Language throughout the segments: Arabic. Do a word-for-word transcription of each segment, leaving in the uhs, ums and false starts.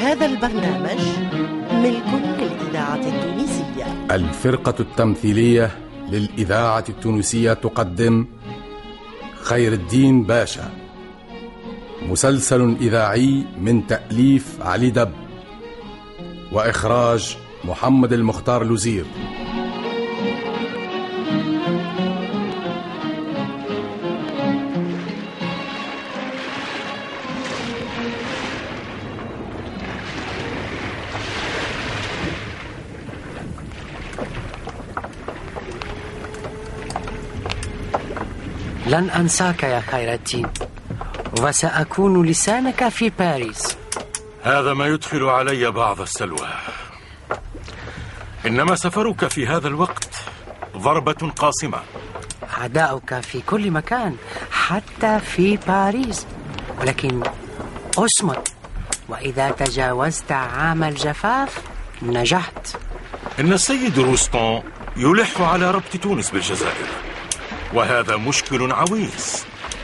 هذا البرنامج ملك للإذاعة التونسية. الفرقة التمثيلية للإذاعة التونسية تقدم خير الدين باشا، مسلسل إذاعي من تأليف علي دب وإخراج محمد المختار لوزير. لن أنساك يا خير الدين، وسأكون لسانك في باريس. هذا ما يدخل علي بعض السلوى. إنما سفرك في هذا الوقت ضربة قاصمة. أعداؤك في كل مكان حتى في باريس، ولكن أصمت، وإذا تجاوزت عام الجفاف نجحت. إن السيد روستون يلح على ربط تونس بالجزائر، وهذا مشكل عويص،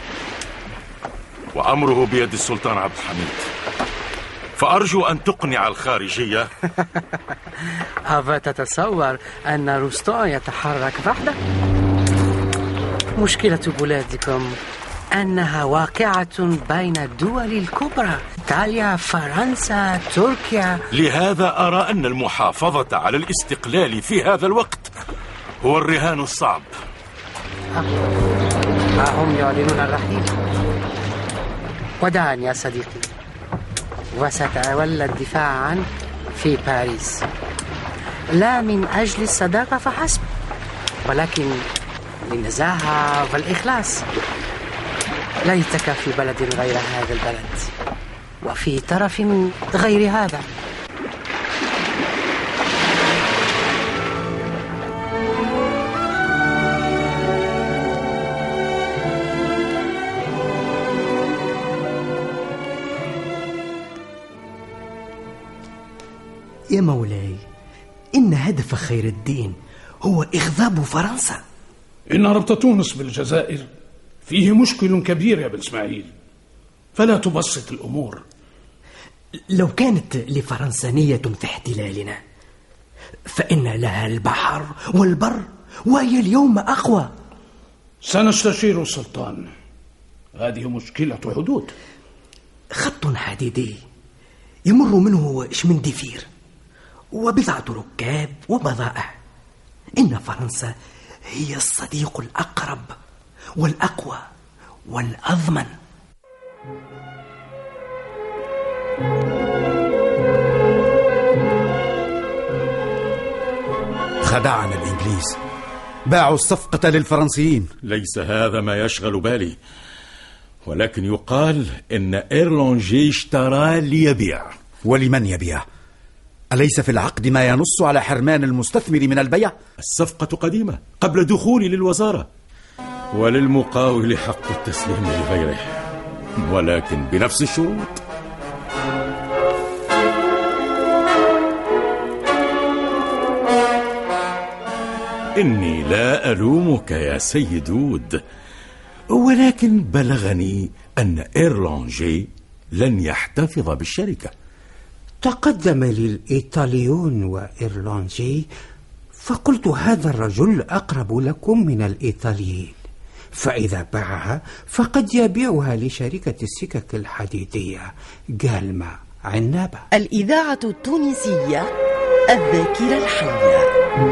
وأمره بيد السلطان عبد الحميد، فأرجو أن تقنع الخارجية. أفتتصور أن روستون يتحرك وحده؟ مشكلة بلادكم أنها واقعة بين الدول الكبرى، إيطاليا، فرنسا، تركيا. لهذا أرى أن المحافظة على الاستقلال في هذا الوقت هو الرهان الصعب. ها هم يعلنون الرحيل. وداعا يا صديقي، وستتولى الدفاع عنك في باريس، لا من أجل الصداقة فحسب، ولكن للنزاهة والإخلاص. ليتك في بلد غير هذا البلد، وفي طرف غير هذا. يا مولاي، إن هدف خير الدين هو إغضاب فرنسا. إن ربط تونس بالجزائر فيه مشكل كبير يا بن إسماعيل، فلا تبسط الأمور. لو كانت لفرنسا نية في احتلالنا فإن لها البحر والبر، وهي اليوم أقوى. سنستشير السلطان، هذه مشكلة حدود. خط حديدي يمر منه شمندفير وبضعة ركاب وبضائع. إن فرنسا هي الصديق الأقرب والأقوى والأضمن. خدعنا الإنجليز، باعوا الصفقة للفرنسيين. ليس هذا ما يشغل بالي، ولكن يقال إن إيرلانجي اشترى ليبيع. ولمن يبيع؟ أليس في العقد ما ينص على حرمان المستثمر من البيع؟ الصفقة قديمة قبل دخولي للوزارة، وللمقاول حق التسليم لغيره، ولكن بنفس الشروط. إني لا ألومك يا سيد وود، ولكن بلغني أن إيرلانجي لن يحتفظ بالشركة. تقدم لي الإيطاليون وإيرلانجي، فقلت هذا الرجل أقرب لكم من الإيطاليين، فإذا باعها فقد يبيعها لشركة السكك الحديدية جالما عنابة. الإذاعة التونسية، الذاكرة الحية.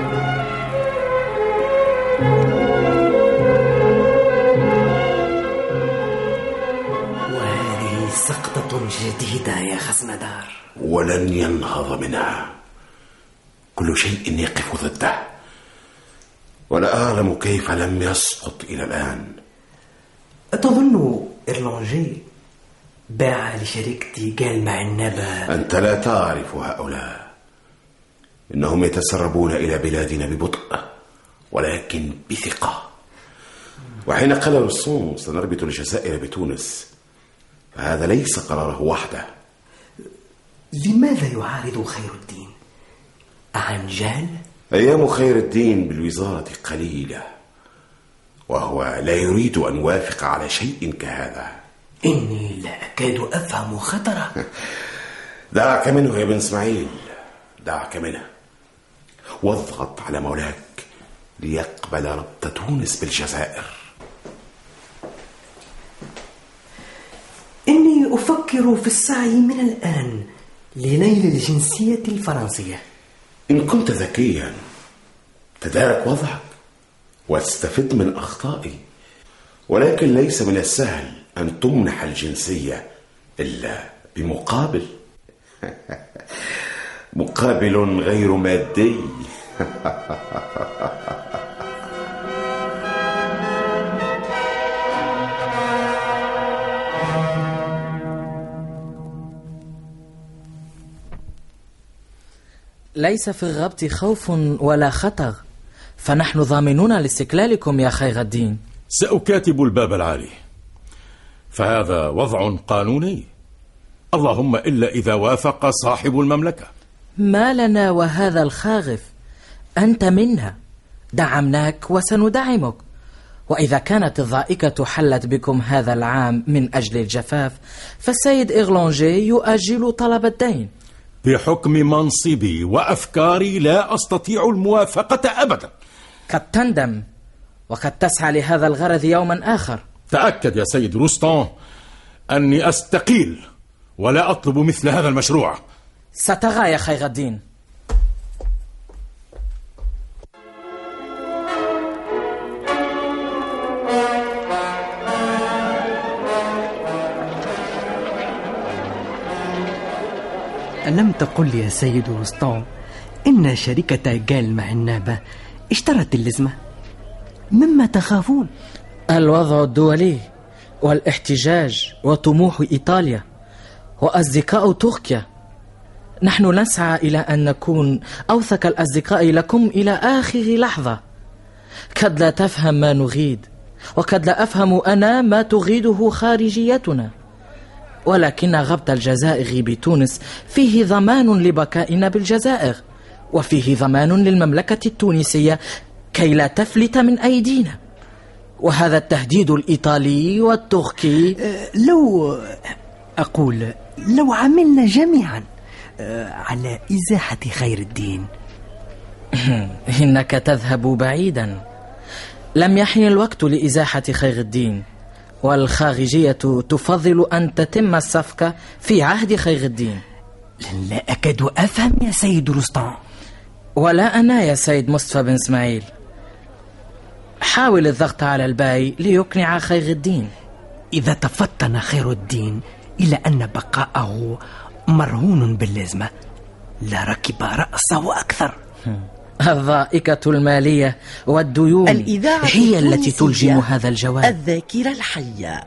وهذه سقطة جديدة يا خزندار، ولن ينهض منها. كل شيء يقف ضده، ولا أعلم كيف لم يسقط إلى الآن. أتظن إيرلانجي باع لشركة جالما عنابة؟ أنت لا تعرف هؤلاء، إنهم يتسربون إلى بلادنا ببطء ولكن بثقة. وحين قال روستون سنربط الجزائر بتونس، فهذا ليس قراره وحده. لماذا يعارض خير الدين؟ أعنجال؟ أيام خير الدين بالوزارة قليلة، وهو لا يريد أن يوافق على شيء كهذا. إني لا أكاد أفهم خطره. دعك منه يا بن اسماعيل، دعك منه، واضغط على مولاك ليقبل ربط تونس بالجزائر. إني أفكر في السعي من الآن لنيل الجنسية الفرنسية. إن كنت ذكيا تدارك وضعك واستفد من أخطائي، ولكن ليس من السهل أن تمنح الجنسية إلا بمقابل. مقابل غير مادي. ليس في الربط خوف ولا خطر، فنحن ضامنون لاستقلالكم يا خير الدين. سأكاتب الباب العالي، فهذا وضع قانوني، اللهم إلا إذا وافق صاحب المملكة. ما لنا وهذا الخاغف، أنت منا، دعمناك وسندعمك، وإذا كانت الضائقة حلت بكم هذا العام من أجل الجفاف، فالسيد إغلانجي يؤجل طلب الدين. بحكم منصبي وأفكاري لا أستطيع الموافقة أبدا. قد تندم وقد تسعى لهذا الغرض يوما آخر. تأكد يا سيد روستان أني أستقيل ولا أطلب مثل هذا المشروع. سترى يا خير الدين. ألم تقل يا سيد روستان إن شركة جال معنابة اشترت اللزمة؟ مما تخافون؟ الوضع الدولي والاحتجاج وطموح إيطاليا وأصدقاء تركيا. نحن نسعى إلى أن نكون أوثق الأصدقاء لكم إلى آخر لحظة. قد لا تفهم ما نريد، وقد لا أفهم أنا ما تريده خارجيتنا، ولكن ربط الجزائر بتونس فيه ضمان لبقائنا بالجزائر، وفيه ضمان للمملكة التونسية كي لا تفلت من أيدينا. وهذا التهديد الإيطالي والتركي، لو أقول لو عملنا جميعا على إزاحة خير الدين. إنك تذهب بعيدا. لم يحن الوقت لإزاحة خير الدين، والخارجية تفضل أن تتم الصفقة في عهد خير الدين. لا أكاد أفهم يا سيد روستان. ولا أنا يا سيد مصطفى بن اسماعيل. حاول الضغط على الباي ليقنع خير الدين. إذا تفطن خير الدين إلى أن بقاءه مرهون باللازمة لركب رأسه أكثر. الضائقة المالية والديون هي التي تلجم هذا الجواب. الذاكرة الحية.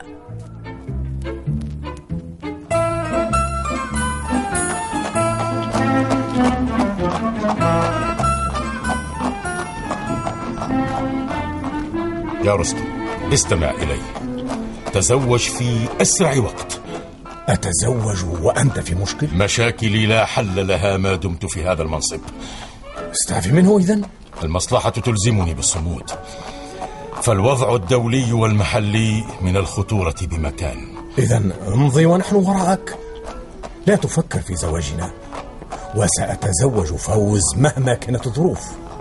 يا رستم، استمع إلي، تزوج في أسرع وقت. أتزوج وأنت في مشكل؟ مشاكلي لا حل لها ما دمت في هذا المنصب. استعفي منه إذن؟ المصلحة تلزمني بالصمود، فالوضع الدولي والمحلي من الخطورة بمكان. إذن امضي ونحن وراءك. لا تفكر في زواجنا، وسأتزوج فوز مهما كانت الظروف.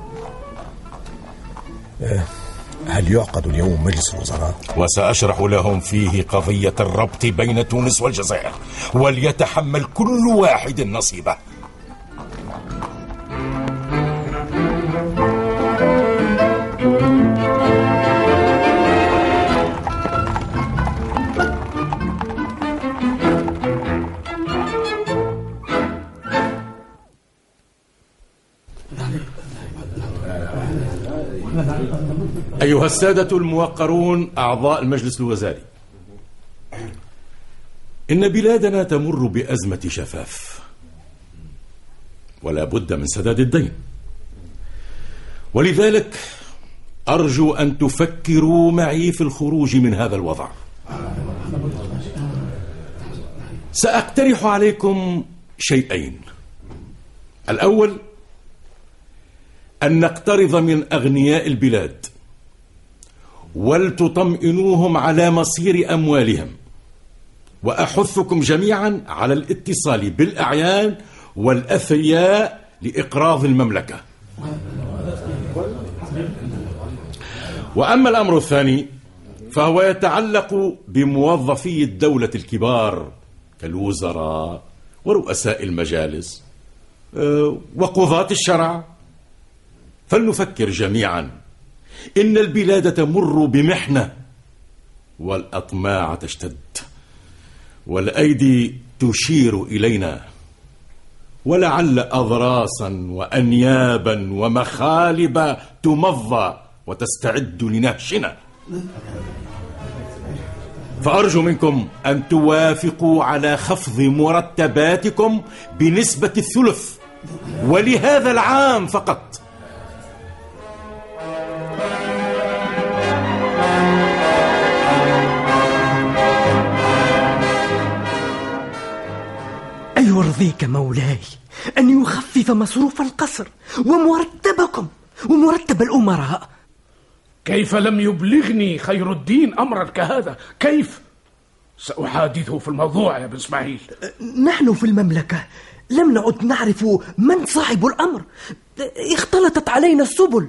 هل يعقد اليوم مجلس الوزراء؟ وسأشرح لهم فيه قضية الربط بين تونس والجزائر، وليتحمل كل واحد نصيبه. أيها السادة الموقرون أعضاء المجلس الوزاري، إن بلادنا تمر بأزمة شفاف، ولا بد من سداد الدين، ولذلك أرجو أن تفكروا معي في الخروج من هذا الوضع. سأقترح عليكم شيئين. الأول أن نقترض من أغنياء البلاد ولتطمئنوهم على مصير أموالهم، وأحثكم جميعا على الاتصال بالأعيان والأثرياء لإقراض المملكة. وأما الأمر الثاني فهو يتعلق بموظفي الدولة الكبار كالوزراء ورؤساء المجالس وقضاة الشرع. فلنفكر جميعا، إن البلاد تمر بمحنة، والأطماع تشتد، والأيدي تشير إلينا، ولعل أضراسا وأنيابا ومخالب تمضى وتستعد لنهشنا. فأرجو منكم أن توافقوا على خفض مرتباتكم بنسبة الثلث، ولهذا العام فقط. أيرضيك مولاي أن يخفف مصروف القصر ومرتبكم ومرتب الأمراء؟ كيف لم يبلغني خير الدين أمرا كهذا؟ كيف؟ سأحادثه في الموضوع يا بن إسماعيل. نحن في المملكة لم نعد نعرف من صاحب الأمر، اختلطت علينا السبل.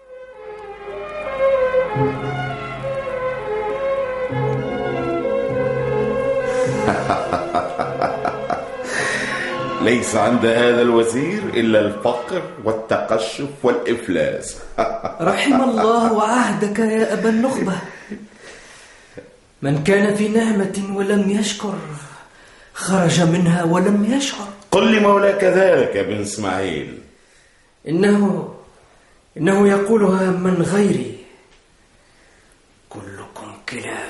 ليس عند هذا الوزير إلا الفقر والتقشف والإفلاس. رحم الله عهدك يا أبا النخبة. من كان في نعمة ولم يشكر خرج منها ولم يشعر. قل لمولاك ذلك يا بن إسماعيل. إنه إنه يقولها من غيري. كلكم كلاب،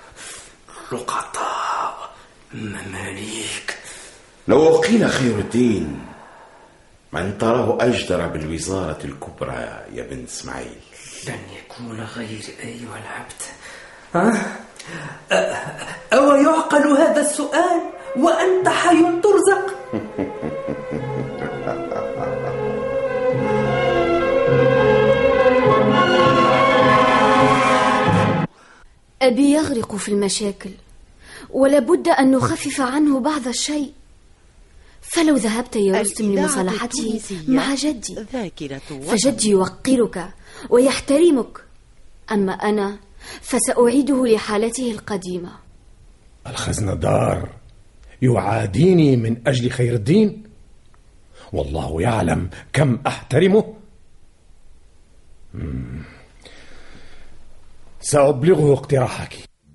لقطاء، مماليك. لو قيل خير الدين من تراه أجدر بالوزارة الكبرى يا بن إسماعيل. لن يكون غير أيها العبد. أه؟ أو يعقل هذا السؤال وأنت حي ترزق؟ أبي يغرق في المشاكل، ولابد أن نخفف عنه بعض الشيء. فلو ذهبت يا رستم لمصالحته مع جدي، فجدي يوقرك ويحترمك، أما أنا فسأعيده لحالته القديمة. الخزندار يعاديني من أجل خير الدين، والله يعلم كم أحترمه. مم. سأبلغه اقتراحك.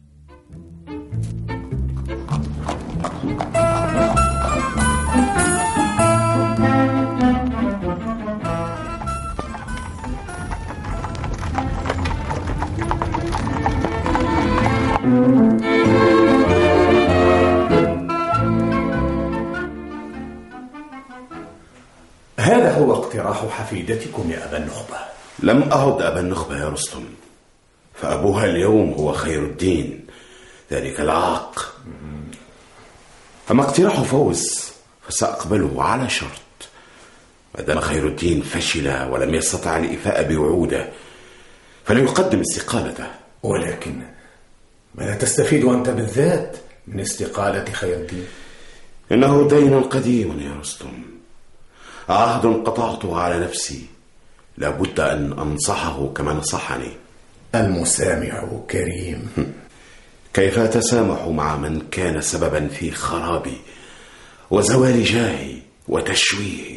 هذا هو اقتراح حفيدتكم يا أبا النخبة. لم أعد أبا النخبة يا رستم، فأبوها اليوم هو خير الدين ذلك العاق. أما اقتراح فوز فسأقبله على شرط، ما دام خير الدين فشل ولم يستطع الإفاء بوعوده فليقدم استقالته. ولكن ماذا تستفيد أنت بالذات من استقالة خير الدين؟ إنه دين قديم يا رستم، عهد قطعته على نفسي، لابد أن أنصحه كما نصحني. المسامح كريم. كيف أتسامح مع من كان سببا في خرابي وزوال جاهي وتشويهي؟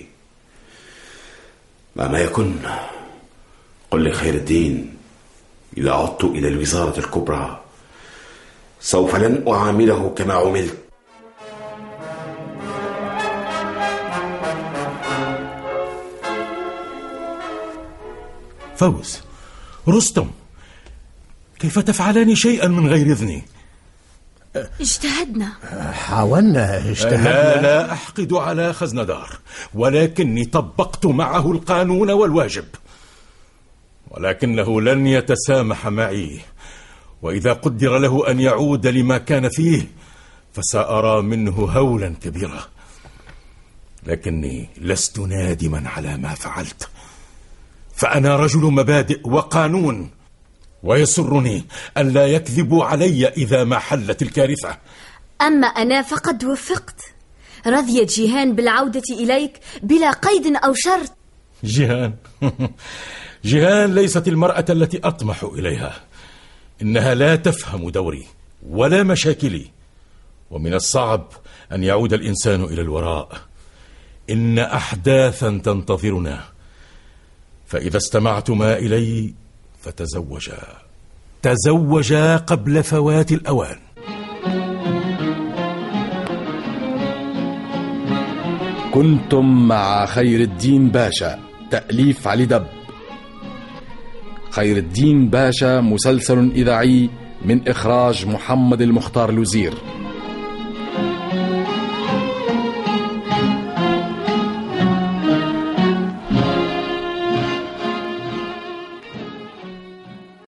مهما يكن، قل لخير الدين إذا عدت إلى الوزارة الكبرى سوف لن أعامله كما عملت. فوز، رستم، كيف تفعلان شيئا من غير إذني؟ اجتهدنا. حاولنا اجتهدنا. لا لا أحقد على خزندار، ولكني طبقت معه القانون والواجب، ولكنه لن يتسامح معي. وإذا قدر له أن يعود لما كان فيه فسأرى منه هولا كبيرا، لكني لست نادما على ما فعلت، فأنا رجل مبادئ وقانون، ويسرني أن لا يكذبوا علي إذا ما حلت الكارثة. أما أنا فقد وفقت. رضيت جيهان بالعودة إليك بلا قيد أو شرط. جيهان جيهان ليست المرأة التي أطمح إليها. إنها لا تفهم دوري ولا مشاكلي، ومن الصعب أن يعود الإنسان إلى الوراء. إن أحداثا تنتظرنا، فإذا استمعتما إلي فتزوجا، تزوجا قبل فوات الأوان. كنتم مع خير الدين باشا، تأليف علي دب. خير الدين باشا مسلسل إذاعي من إخراج محمد المختار لوزير.